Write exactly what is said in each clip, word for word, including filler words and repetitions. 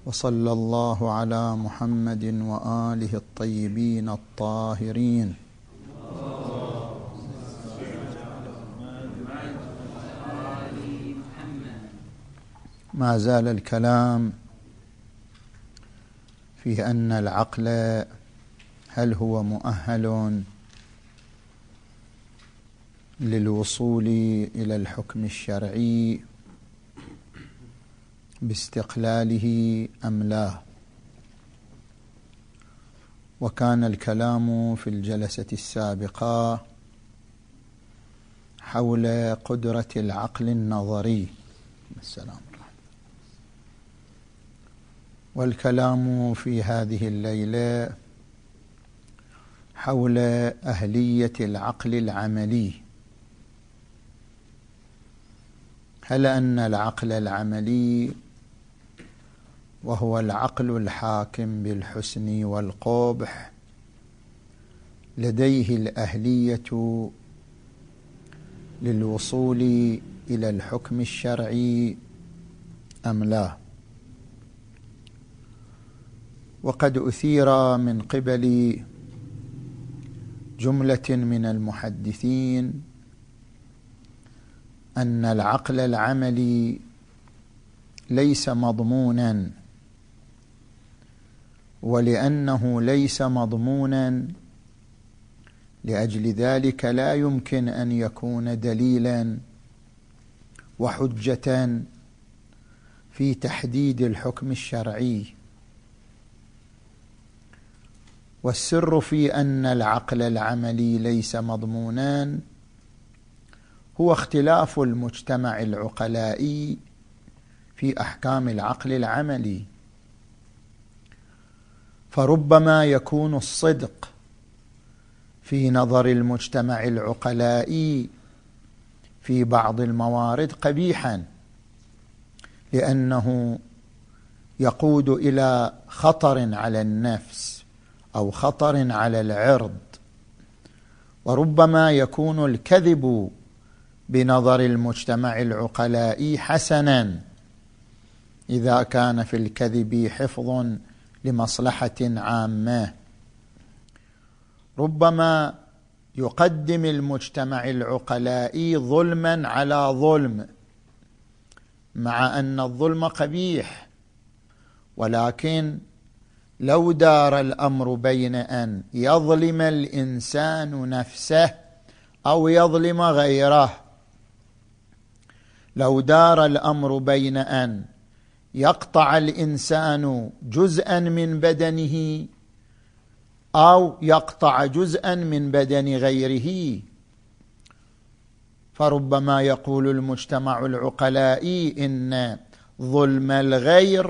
وصلى الله على محمد وآله الطيبين الطاهرين. ما زال الكلام في أن العقل هل هو مؤهل للوصول إلى الحكم الشرعي باستقلاله أم لا. وكان الكلام في الجلسة السابقة حول قدرة العقل النظري. السلام. والكلام في هذه الليلة حول أهلية العقل العملي. هل أن العقل العملي وهو العقل الحاكم بالحسن والقبح لديه الأهلية للوصول إلى الحكم الشرعي أم لا؟ وقد أثير من قبل جملة من المحدثين أن العقل العملي ليس مضمونا، ولأنه ليس مضمونا لأجل ذلك لا يمكن أن يكون دليلا وحجة في تحديد الحكم الشرعي. والسر في أن العقل العملي ليس مضمونا هو اختلاف المجتمع العقلائي في أحكام العقل العملي. فربما يكون الصدق في نظر المجتمع العقلائي في بعض الموارد قبيحا، لأنه يقود إلى خطر على النفس أو خطر على العرض. وربما يكون الكذب بنظر المجتمع العقلائي حسنا إذا كان في الكذب حفظ لمصلحة عامة. ربما يقدم المجتمع العقلائي ظلما على ظلم، مع أن الظلم قبيح، ولكن لو دار الأمر بين أن يظلم الإنسان نفسه أو يظلم غيره، لو دار الأمر بين أن يقطع الإنسان جزءا من بدنه أو يقطع جزءا من بدن غيره، فربما يقول المجتمع العقلائي إن ظلم الغير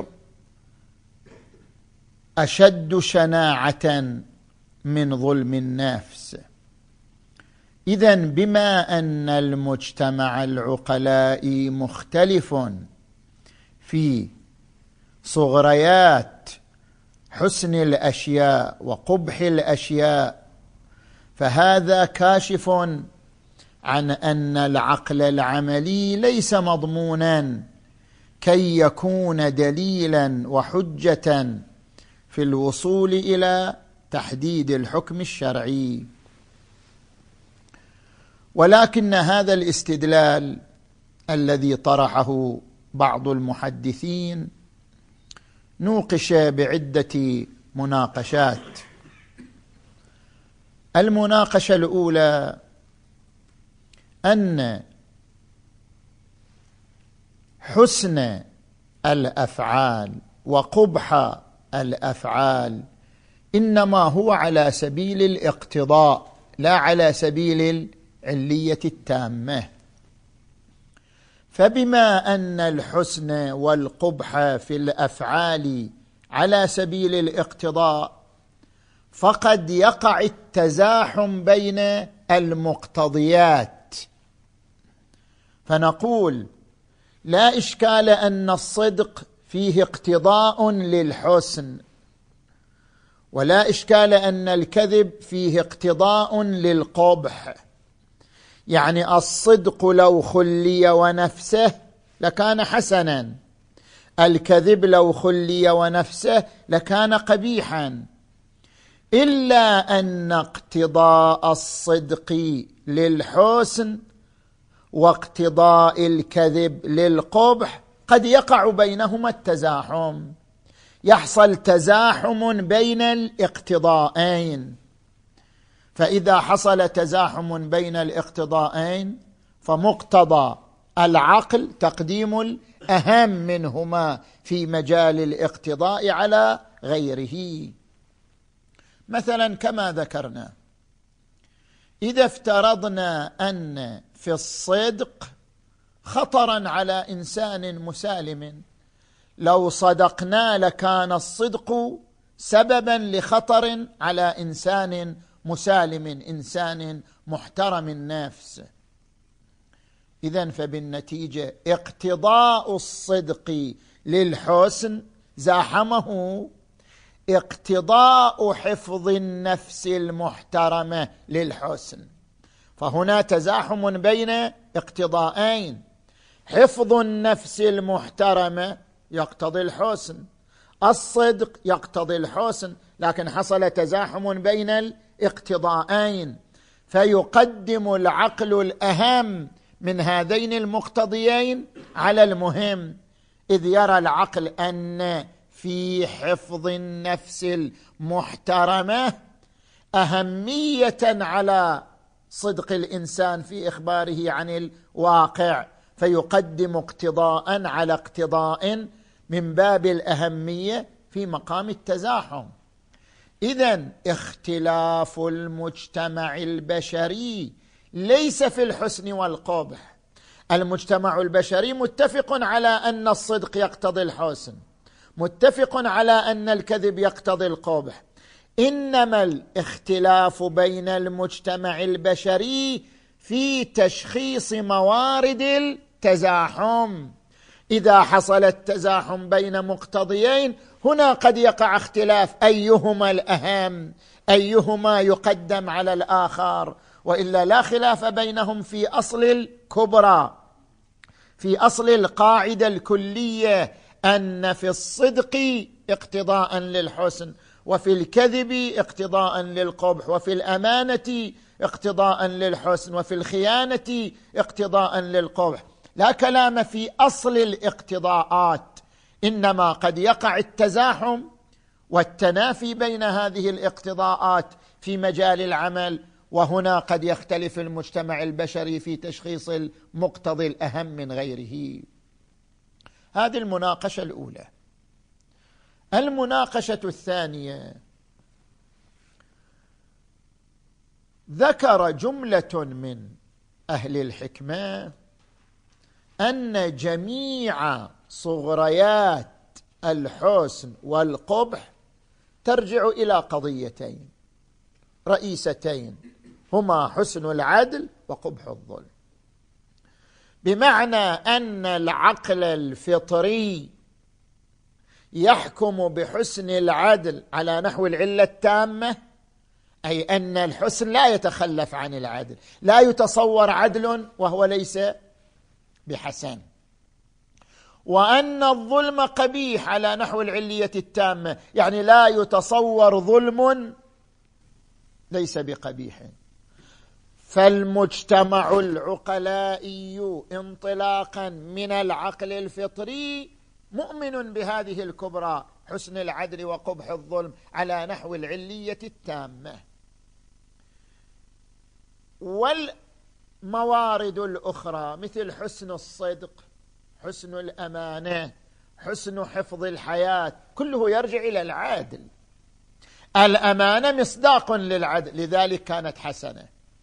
أشد شناعة من ظلم النفس. إذن بما أن المجتمع العقلائي مختلف في صغريات حسن الأشياء وقبح الأشياء، فهذا كاشف عن أن العقل العملي ليس مضمونا كي يكون دليلا وحجة في الوصول إلى تحديد الحكم الشرعي. ولكن هذا الاستدلال الذي طرحه بعض المحدثين نوقش بعدة مناقشات. المناقشة الأولى أن حسن الأفعال وقبح الأفعال إنما هو على سبيل الاقتضاء لا على سبيل العلية التامة. فبما أن الحسن والقبح في الأفعال على سبيل الاقتضاء، فقد يقع التزاحم بين المقتضيات، فنقول لا إشكال أن الصدق فيه اقتضاء للحسن، ولا إشكال أن الكذب فيه اقتضاء للقبح. يعني الصدق لو خلي ونفسه لكان حسنا، الكذب لو خلي ونفسه لكان قبيحا، إلا أن اقتضاء الصدق للحسن واقتضاء الكذب للقبح قد يقع بينهما التزاحم، يحصل تزاحم بين الاقتضاءين. فإذا حصل تزاحم بين الاقتضاءين فمقتضى العقل تقديم الأهم منهما في مجال الاقتضاء على غيره. مثلا كما ذكرنا، إذا افترضنا أن في الصدق خطرا على إنسان مسالم، لو صدقنا لكان الصدق سببا لخطر على إنسان مسالم، إنسان محترم النفس. إذن فبالنتيجة اقتضاء الصدق للحسن زاحمه اقتضاء حفظ النفس المحترمة للحسن، فهنا تزاحم بين اقتضاءين، حفظ النفس المحترمة يقتضي الحسن، الصدق يقتضي الحسن، لكن حصل تزاحم بين الاقتضاءين، فيقدم العقل الأهم من هذين المقتضيين على المهم، إذ يرى العقل أن في حفظ النفس المحترمة أهمية على صدق الإنسان في إخباره عن الواقع، فيقدم اقتضاء على اقتضاء من باب الأهمية في مقام التزاحم. إذن اختلاف المجتمع البشري ليس في الحسن والقبح، المجتمع البشري متفق على أن الصدق يقتضي الحسن، متفق على أن الكذب يقتضي القبح، إنما الاختلاف بين المجتمع البشري في تشخيص موارد التزاحم. إذا حصل التزاحم بين مقتضيين هنا قد يقع اختلاف أيهما الأهم، أيهما يقدم على الآخر، وإلا لا خلاف بينهم في أصل الكبرى، في أصل القاعدة الكلية، أن في الصدق اقتضاء للحسن، وفي الكذب اقتضاء للقبح، وفي الأمانة اقتضاء للحسن، وفي الخيانة اقتضاء للقبح. لا كلام في أصل الاقتضاءات، إنما قد يقع التزاحم والتنافي بين هذه الاقتضاءات في مجال العمل، وهنا قد يختلف المجتمع البشري في تشخيص المقتضي الأهم من غيره. هذه المناقشة الأولى. المناقشة الثانية، ذكر جملة من أهل الحكمة أن جميع صغريات الحسن والقبح ترجع إلى قضيتين رئيستين، هما حسن العدل وقبح الظلم، بمعنى أن العقل الفطري يحكم بحسن العدل على نحو العلة التامة، أي أن الحسن لا يتخلف عن العدل، لا يتصور عدل وهو ليس بحسن، وأن الظلم قبيح على نحو العلية التامة، يعني لا يتصور ظلم ليس بقبيح. فالمجتمع العقلائي انطلاقا من العقل الفطري مؤمن بهذه الكبرى، حسن العدل وقبح الظلم على نحو العلية التامة. والموارد الأخرى مثل حسن الصدق، حسن الأمانة، حسن حفظ الحياة، كله يرجع إلى العدل. الأمانة مصداق للعدل لذلك كانت حسنة،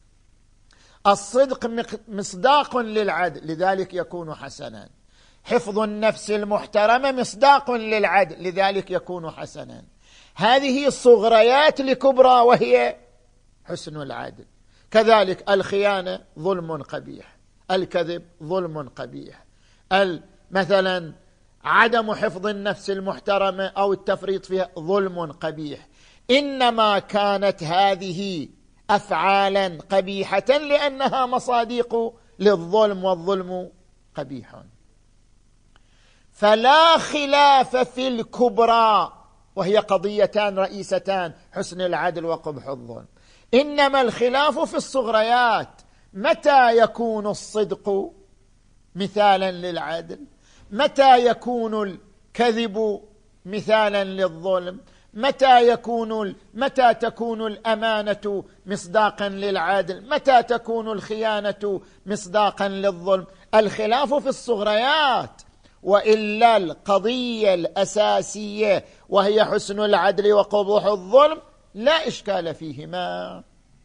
الصدق مصداق للعدل لذلك يكون حسنا، حفظ النفس المحترمة مصداق للعدل لذلك يكون حسنا. هذه صغريات لكبرى وهي حسن العدل. كذلك الخيانة ظلم قبيح، الكذب ظلم قبيح، مثلا عدم حفظ النفس المحترمة أو التفريط فيها ظلم قبيح، إنما كانت هذه أفعالا قبيحة لأنها مصادق للظلم، والظلم قبيح. فلا خلاف في الكبرى وهي قضيتان رئيستان، حسن العدل وقبح الظلم، إنما الخلاف في الصغريات. متى يكون الصدق مثالا للعدل؟ متى يكون الكذب مثالا للظلم؟ متى يكون متى تكون الأمانة مصداقا للعدل؟ متى تكون الخيانة مصداقا للظلم؟ الخلاف في الصغريات، وإلا القضية الأساسية وهي حسن العدل وقبح الظلم لا إشكال فيهما.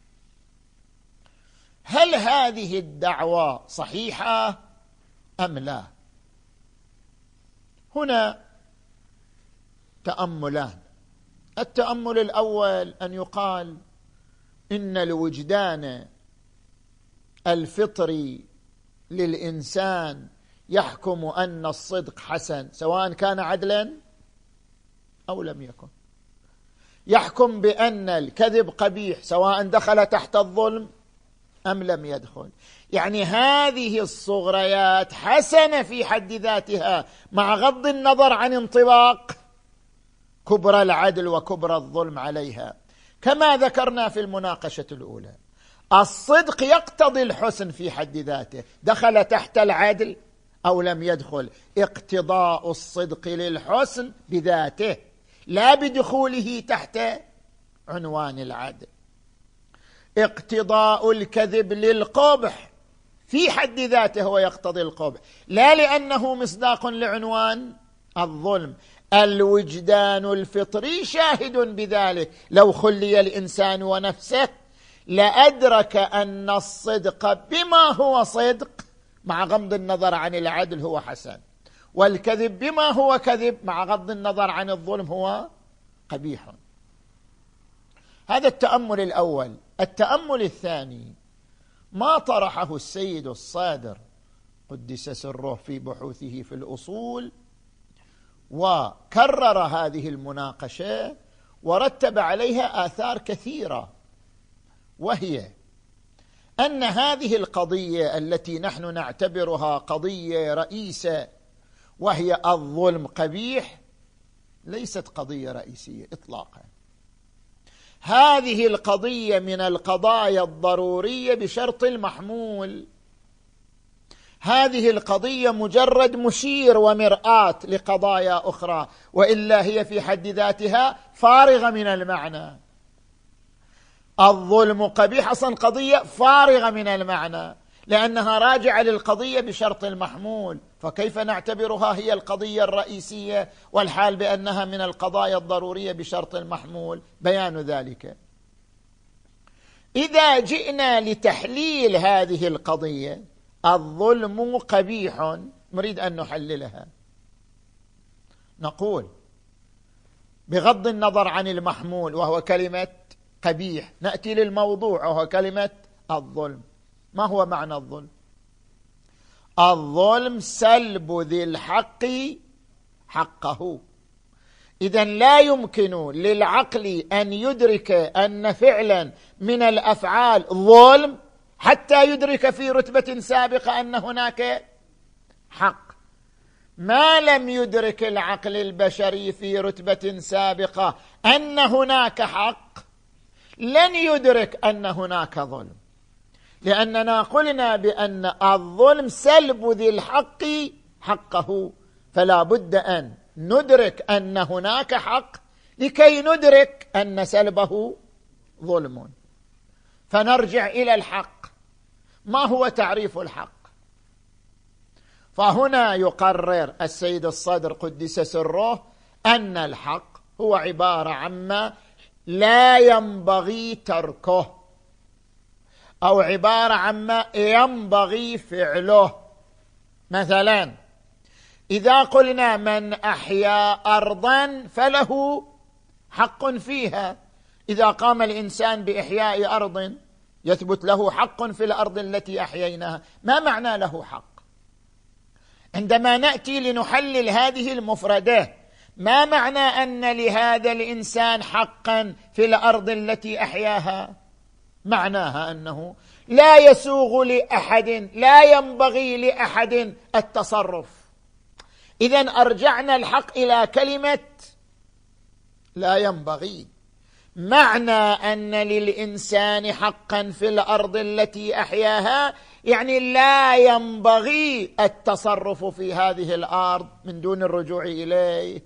هل هذه الدعوة صحيحة أم لا؟ هنا تأملان. التأمل الأول أن يقال إن الوجدان الفطري للإنسان يحكم أن الصدق حسن سواء كان عدلا أو لم يكن، يحكم بأن الكذب قبيح سواء دخل تحت الظلم أم لم يدخل. يعني هذه الصغريات حسنة في حد ذاتها مع غض النظر عن انطباق كبرى العدل وكبرى الظلم عليها. كما ذكرنا في المناقشة الأولى، الصدق يقتضي الحسن في حد ذاته، دخل تحت العدل أو لم يدخل، اقتضاء الصدق للحسن بذاته لا بدخوله تحت عنوان العدل. اقتضاء الكذب للقبح في حد ذاته هو يقتضي القبح، لا لأنه مصداق لعنوان الظلم. الوجدان الفطري شاهد بذلك، لو خلي الإنسان ونفسه لأدرك أن الصدق بما هو صدق مع غض النظر عن العدل هو حسن، والكذب بما هو كذب مع غض النظر عن الظلم هو قبيح. هذا التأمل الأول. التأمل الثاني ما طرحه السيد الصادر قدس سره في بحوثه في الأصول، وكرر هذه المناقشة ورتب عليها آثار كثيرة، وهي أن هذه القضية التي نحن نعتبرها قضية رئيسة وهي الظلم قبيح ليست قضية رئيسية إطلاقا. هذه القضية من القضايا الضرورية بشرط المحمول. هذه القضية مجرد مشير ومرآة لقضايا أخرى، وإلا هي في حد ذاتها فارغة من المعنى. الظلم قبيح أصلا قضية فارغة من المعنى لأنها راجعة للقضية بشرط المحمول، فكيف نعتبرها هي القضية الرئيسية والحال بأنها من القضايا الضرورية بشرط المحمول؟ بيان ذلك. إذا جئنا لتحليل هذه القضية الظلم قبيح، نريد أن نحللها، نقول بغض النظر عن المحمول وهو كلمة قبيح، نأتي للموضوع وهو كلمة الظلم. ما هو معنى الظلم؟ الظلم سلب ذي الحق حقه. إذن لا يمكن للعقل أن يدرك أن فعلا من الأفعال ظلم حتى يدرك في رتبة سابقة أن هناك حق. ما لم يدرك العقل البشري في رتبة سابقة أن هناك حق لن يدرك أن هناك ظلم، لأننا قلنا بأن الظلم سلب ذي الحق حقه، فلا بد أن ندرك أن هناك حق لكي ندرك أن سلبه ظلم. فنرجع إلى الحق. ما هو تعريف الحق؟ فهنا يقرر السيد الصدر قدس سره أن الحق هو عبارة عما لا ينبغي تركه أو عبارة عما ينبغي فعله. مثلا إذا قلنا من أحيا أرضا فله حق فيها، إذا قام الإنسان بإحياء أرض يثبت له حق في الأرض التي أحييناها. ما معنى له حق؟ عندما نأتي لنحلل هذه المفردة، ما معنى أن لهذا الإنسان حقا في الأرض التي أحياها؟ معناها أنه لا يسوغ لأحد، لا ينبغي لأحد التصرف. إذن أرجعنا الحق إلى كلمة لا ينبغي. معنى أن للإنسان حقا في الأرض التي أحياها يعني لا ينبغي التصرف في هذه الأرض من دون الرجوع إليه.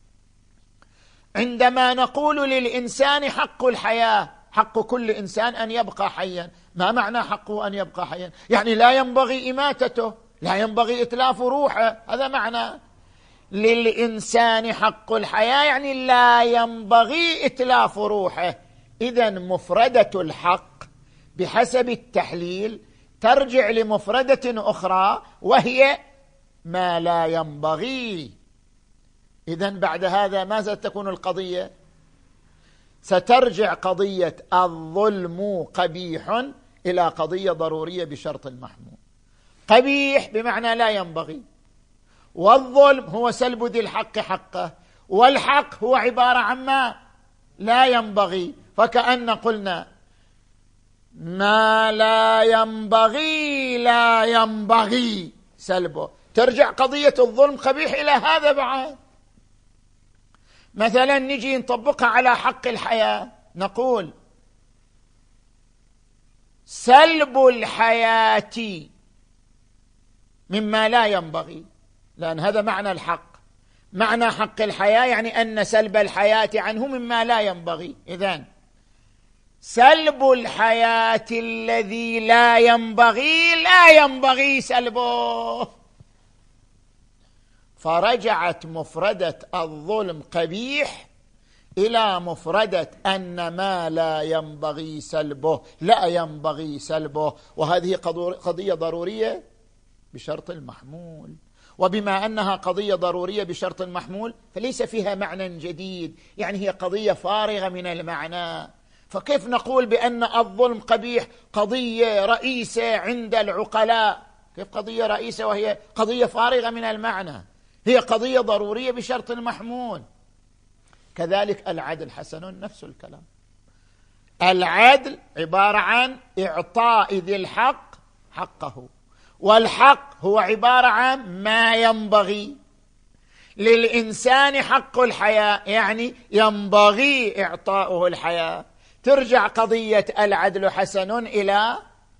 عندما نقول للإنسان حق الحياة، حق كل إنسان أن يبقى حيا، ما معنى حقه أن يبقى حيا؟ يعني لا ينبغي إماتته، لا ينبغي إتلاف روحه، هذا معنى للإنسان حق الحياة، يعني لا ينبغي إتلاف روحه. إذن مفردة الحق بحسب التحليل ترجع لمفردة أخرى وهي ما لا ينبغي. إذن بعد هذا ماذا تكون القضية؟ سترجع قضية الظلم قبيح إلى قضية ضرورية بشرط المحمول. قبيح بمعنى لا ينبغي، والظلم هو سلب ذي الحق حقه، والحق هو عبارة عن ما لا ينبغي. فكأن قلنا ما لا ينبغي لا ينبغي سلبه. ترجع قضية الظلم قبيح إلى هذا بعد. مثلا نجي نطبقها على حق الحياة، نقول سلب الحياة مما لا ينبغي، لأن هذا معنى الحق. معنى حق الحياة يعني أن سلب الحياة عنه مما لا ينبغي. إذن سلب الحياة الذي لا ينبغي لا ينبغي سلبه. فرجعت مفردة الظلم قبيح إلى مفردة أن ما لا ينبغي سلبه لا ينبغي سلبه، وهذه قضية ضرورية بشرط المحمول. وبما أنها قضية ضرورية بشرط المحمول فليس فيها معنى جديد، يعني هي قضية فارغة من المعنى. فكيف نقول بأن الظلم قبيح قضية رئيسة عند العقلاء؟ كيف قضية رئيسة وهي قضية فارغة من المعنى؟ هي قضية ضرورية بشرط المحمول. كذلك العدل حسن نفس الكلام. العدل عبارة عن إعطاء ذي الحق حقه، والحق هو عبارة عن ما ينبغي. للإنسان حق الحياة يعني ينبغي إعطاؤه الحياة. ترجع قضية العدل حسن إلى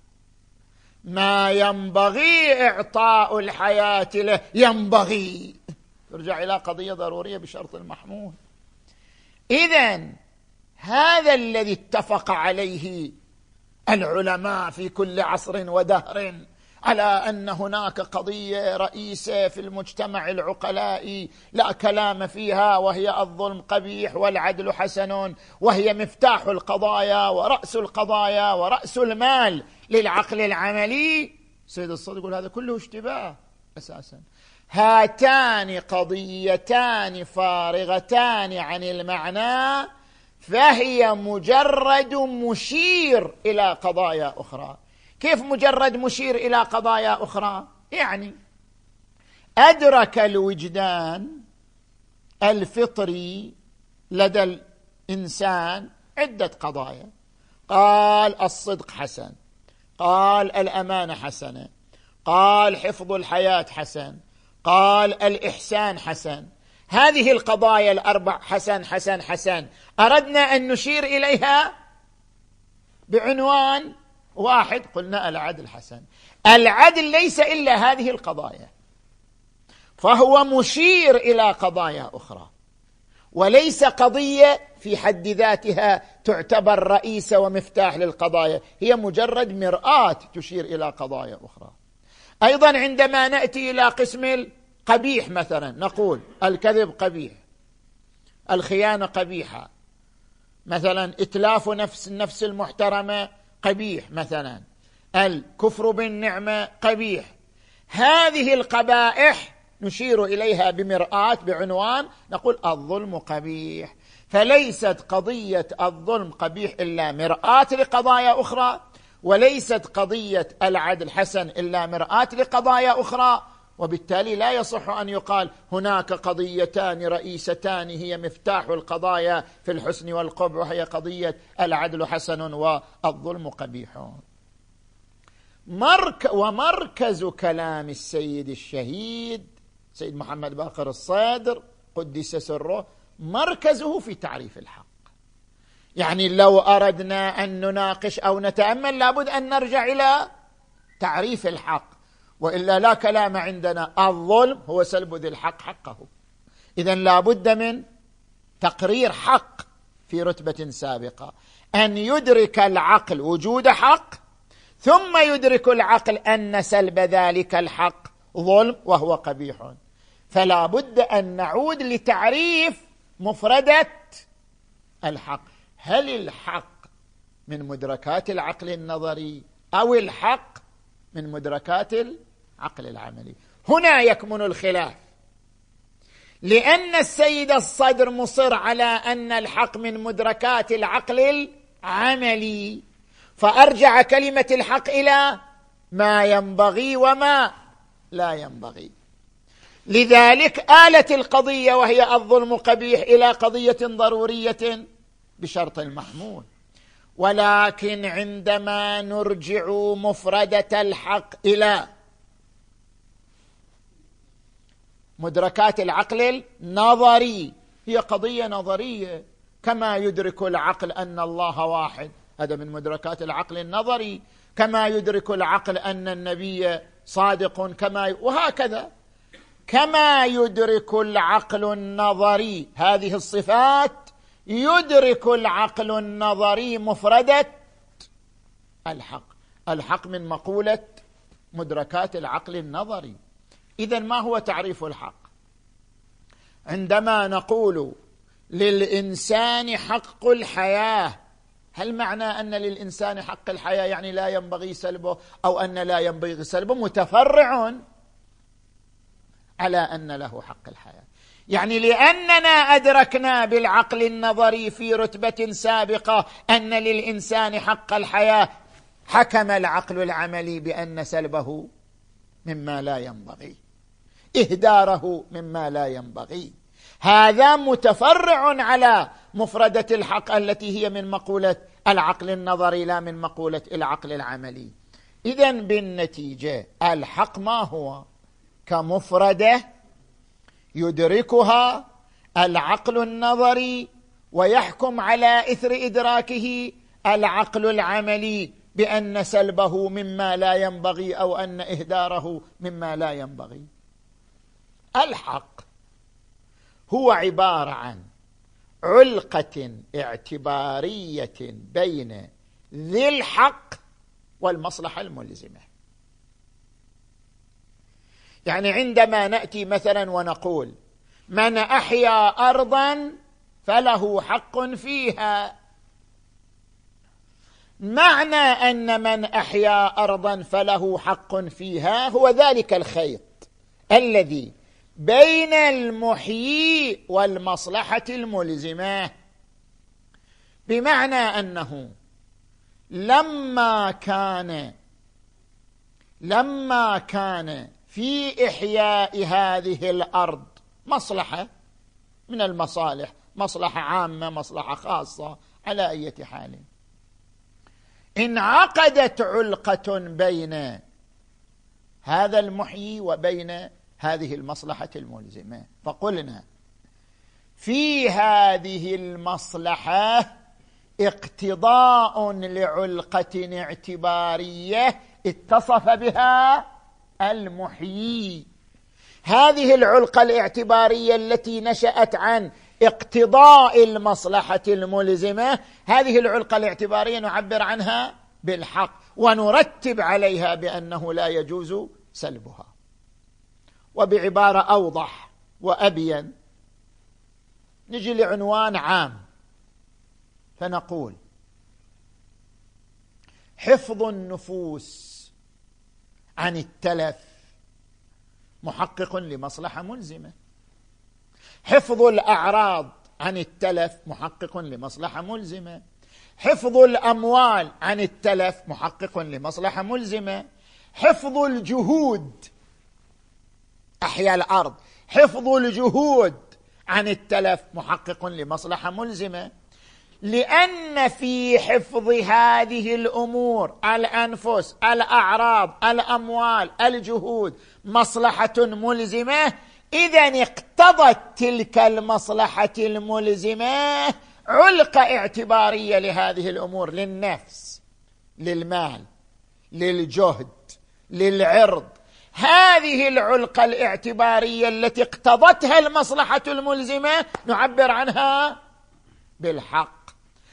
ما ينبغي إعطاء الحياة له ينبغي، ترجع إلى قضية ضرورية بشرط المحمول. إذن هذا الذي اتفق عليه العلماء في كل عصر ودهر على أن هناك قضية رئيسة في المجتمع العقلائي لا كلام فيها، وهي الظلم قبيح والعدل حسن، وهي مفتاح القضايا ورأس القضايا ورأس المال للعقل العملي. سيد الصدق يقول هذا كله اشتباه أساسا. هاتان قضيتان فارغتان عن المعنى، فهي مجرد مشير إلى قضايا أخرى. كيف مجرد مشير إلى قضايا أخرى؟ يعني أدرك الوجدان الفطري لدى الإنسان عدة قضايا. قال الصدق حسن، قال الأمانة حسنة، قال حفظ الحياة حسن، قال الإحسان حسن. هذه القضايا الأربع حسن حسن حسن أردنا أن نشير إليها بعنوان واحد، قلنا العدل حسن. العدل ليس إلا هذه القضايا، فهو مشير إلى قضايا أخرى، وليس قضية في حد ذاتها تعتبر رئيسة ومفتاح للقضايا، هي مجرد مرآة تشير إلى قضايا أخرى. أيضا عندما نأتي إلى قسم القبيح مثلا نقول الكذب قبيح، الخيانة قبيحة، مثلا إتلاف نفس النفس المحترمة قبيح، مثلا الكفر بالنعمة قبيح. هذه القبائح نشير إليها بمرآة بعنوان نقول الظلم قبيح. فليست قضية الظلم قبيح إلا مرآة لقضايا أخرى، وليست قضية العدل حسن إلا مرآة لقضايا أخرى. وبالتالي لا يصح أن يقال هناك قضيتان رئيستان هي مفتاح القضايا في الحسن والقبح، وهي قضية العدل حسن والظلم قبيح. مرك ومركز كلام السيد الشهيد سيد محمد باقر الصدر قدس سره مركزه في تعريف الحق. يعني لو أردنا أن نناقش أو نتأمل لابد أن نرجع إلى تعريف الحق، وإلا لا كلام عندنا. الظلم هو سلب ذي الحق حقه، إذن لابد من تقرير حق في رتبة سابقة، أن يدرك العقل وجود حق، ثم يدرك العقل أن سلب ذلك الحق ظلم وهو قبيح. فلا بد أن نعود لتعريف مفردة الحق. هل الحق من مدركات العقل النظري أو الحق من مدركات العقل العملي؟ هنا يكمن الخلاف، لأن السيد الصدر مصر على أن الحق من مدركات العقل العملي، فأرجع كلمة الحق إلى ما ينبغي وما لا ينبغي. لذلك آلت القضية وهي الظلم قبيح إلى قضية ضرورية بشرط المحمول. ولكن عندما نرجع مفردة الحق إلى مدركات العقل النظري، هي قضية نظرية، كما يدرك العقل أن الله واحد، هذا من مدركات العقل النظري، كما يدرك العقل أن النبي صادق، كما وهكذا. كما يدرك العقل النظري هذه الصفات، يدرك العقل النظري مفردة الحق. الحق من مقولة مدركات العقل النظري. إذن ما هو تعريف الحق؟ عندما نقول للإنسان حق الحياة، هل معنى أن للإنسان حق الحياة يعني لا ينبغي سلبه أو أن لا ينبغي سلبه؟ متفرع على أن له حق الحياة. يعني لأننا أدركنا بالعقل النظري في رتبة سابقة أن للإنسان حق الحياة، حكم العقل العملي بأن سلبه مما لا ينبغي، إهداره مما لا ينبغي. هذا متفرع على مفردة الحق التي هي من مقولة العقل النظري لا من مقولة العقل العملي. إذن بالنتيجة الحق ما هو؟ كمفردة يدركها العقل النظري ويحكم على إثر إدراكه العقل العملي بأن سلبه مما لا ينبغي أو أن إهداره مما لا ينبغي. الحق هو عبارة عن علقة اعتبارية بين ذي الحق والمصلحة الملزمة. يعني عندما نأتي مثلا ونقول من أحيا أرضا فله حق فيها، معنى أن من أحيا أرضا فله حق فيها هو ذلك الخيط الذي بين المحيي والمصلحة الملزمة، بمعنى أنه لما كان لما كان في إحياء هذه الأرض مصلحة من المصالح، مصلحة عامة مصلحة خاصة، على أي حال انعقدت علقة بين هذا المحيي وبين هذه المصلحة الملزمة، فقلنا في هذه المصلحة اقتضاء لعلقة اعتبارية اتصف بها المحيي. هذه العلقة الاعتبارية التي نشأت عن اقتضاء المصلحة الملزمة، هذه العلقة الاعتبارية نعبر عنها بالحق ونرتب عليها بأنه لا يجوز سلبها. وبعبارة أوضح وأبين نجي لعنوان عام فنقول حفظ النفوس عن التلف محقق لمصلحة ملزمة، حفظ الأعراض عن التلف محقق لمصلحة ملزمة، حفظ الأموال عن التلف محقق لمصلحة ملزمة، حفظ الجهود أحيا الأرض، حفظ الجهود عن التلف محقق لمصلحة ملزمة. لأن في حفظ هذه الأمور الأنفس الأعراض الأموال الجهود مصلحة ملزمة، إذن اقتضت تلك المصلحة الملزمة علقة اعتبارية لهذه الأمور، للنفس، للمال، للجهد، للعرض. هذه العلقة الاعتبارية التي اقتضتها المصلحة الملزمة نعبر عنها بالحق.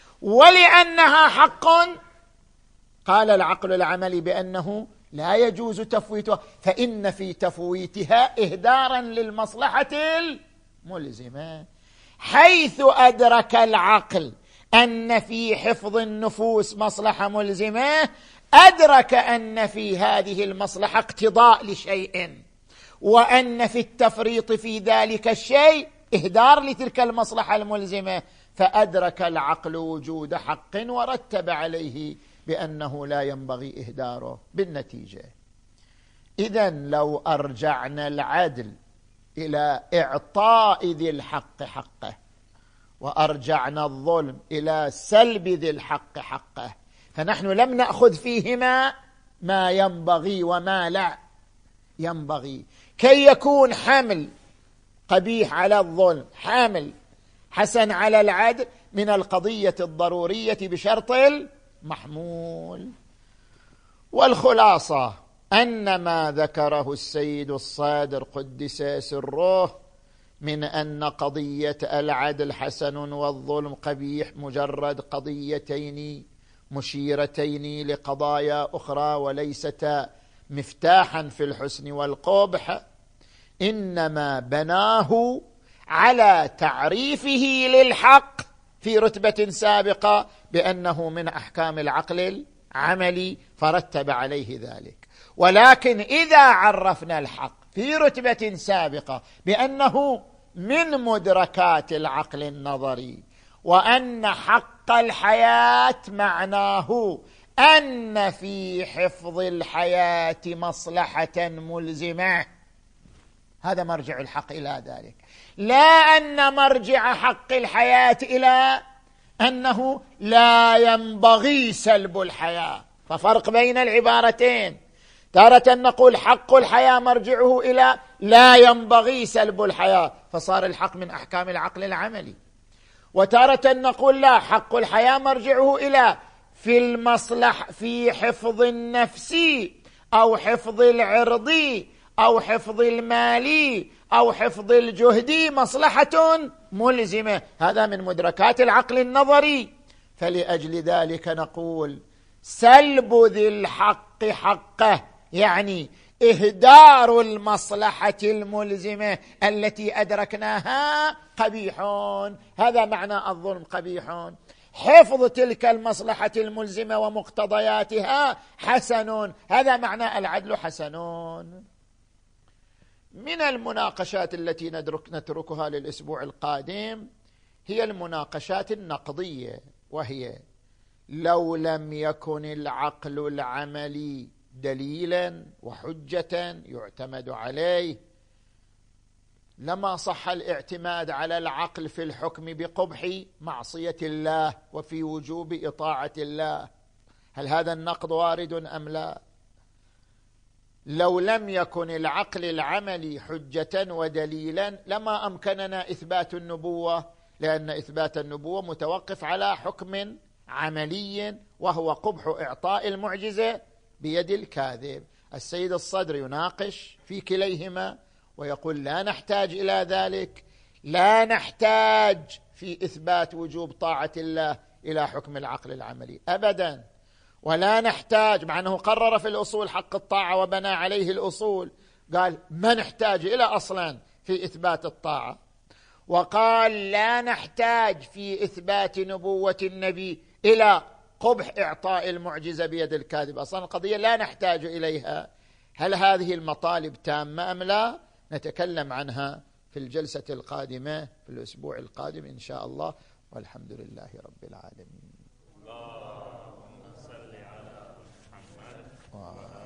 ولأنها حق قال العقل العملي بأنه لا يجوز تفويتها، فإن في تفويتها إهدارا للمصلحة الملزمة، حيث أدرك العقل أن في حفظ النفوس مصلحة ملزمة، أدرك أن في هذه المصلحة اقتضاء لشيء، وأن في التفريط في ذلك الشيء إهدار لتلك المصلحة الملزمة، فأدرك العقل وجود حق ورتب عليه بأنه لا ينبغي إهداره. بالنتيجة إذن لو أرجعنا العدل إلى إعطاء ذي الحق حقه، وأرجعنا الظلم إلى سلب ذي الحق حقه، فنحن لم نأخذ فيهما ما ينبغي وما لا ينبغي، كي يكون حمل قبيح على الظلم حامل حسن على العدل من القضية الضرورية بشرط المحمول. والخلاصة أن ما ذكره السيد الصادر قدس سره من أن قضية العدل حسن والظلم قبيح مجرد قضيتين مشيرتين لقضايا أخرى وليستا مفتاحا في الحسن والقبح، إنما بناه على تعريفه للحق في رتبة سابقة بأنه من أحكام العقل العملي فرتب عليه ذلك. ولكن إذا عرفنا الحق في رتبة سابقة بأنه من مدركات العقل النظري، وأن حق الحياة معناه أن في حفظ الحياة مصلحة ملزمة، هذا مرجع الحق إلى ذلك، لا أن مرجع حق الحياة إلى أنه لا ينبغي سلب الحياة. ففرق بين العبارتين، تارة نقول حق الحياة مرجعه إلى لا ينبغي سلب الحياة فصار الحق من أحكام العقل العملي، وتارة نقول لا، حق الحياة مرجعه إلى في المصلح في حفظ النفس أو حفظ العرض أو حفظ المالي أو حفظ الجهد مصلحة ملزمة، هذا من مدركات العقل النظري. فلأجل ذلك نقول سلب ذي الحق حقه يعني إهدار المصلحة الملزمة التي أدركناها قبيح، هذا معنى الظلم قبيح. حفظ تلك المصلحة الملزمة ومقتضياتها حسن، هذا معنى العدل حسن. من المناقشات التي ندرك نتركها للأسبوع القادم هي المناقشات النقضية، وهي لو لم يكن العقل العملي دليلا وحجة يعتمد عليه لما صح الاعتماد على العقل في الحكم بقبح معصية الله وفي وجوب إطاعة الله. هل هذا النقد وارد أم لا؟ لو لم يكن العقل العملي حجة ودليلا لما أمكننا إثبات النبوة، لأن إثبات النبوة متوقف على حكم عملي وهو قبح إعطاء المعجزة بيد الكاذب. السيد الصدر يناقش في كليهما ويقول لا نحتاج إلى ذلك، لا نحتاج في إثبات وجوب طاعة الله إلى حكم العقل العملي أبدا، ولا نحتاج، مع أنه قرر في الأصول حق الطاعة وبنى عليه الأصول، قال ما نحتاج إلى أصلا في إثبات الطاعة، وقال لا نحتاج في إثبات نبوة النبي إلى قبح إعطاء المعجزة بيد الكاذب، أصلا القضية لا نحتاج إليها. هل هذه المطالب تامة أم لا؟ نتكلم عنها في الجلسة القادمة في الأسبوع القادم إن شاء الله، والحمد لله رب العالمين. اللهم صل على محمد.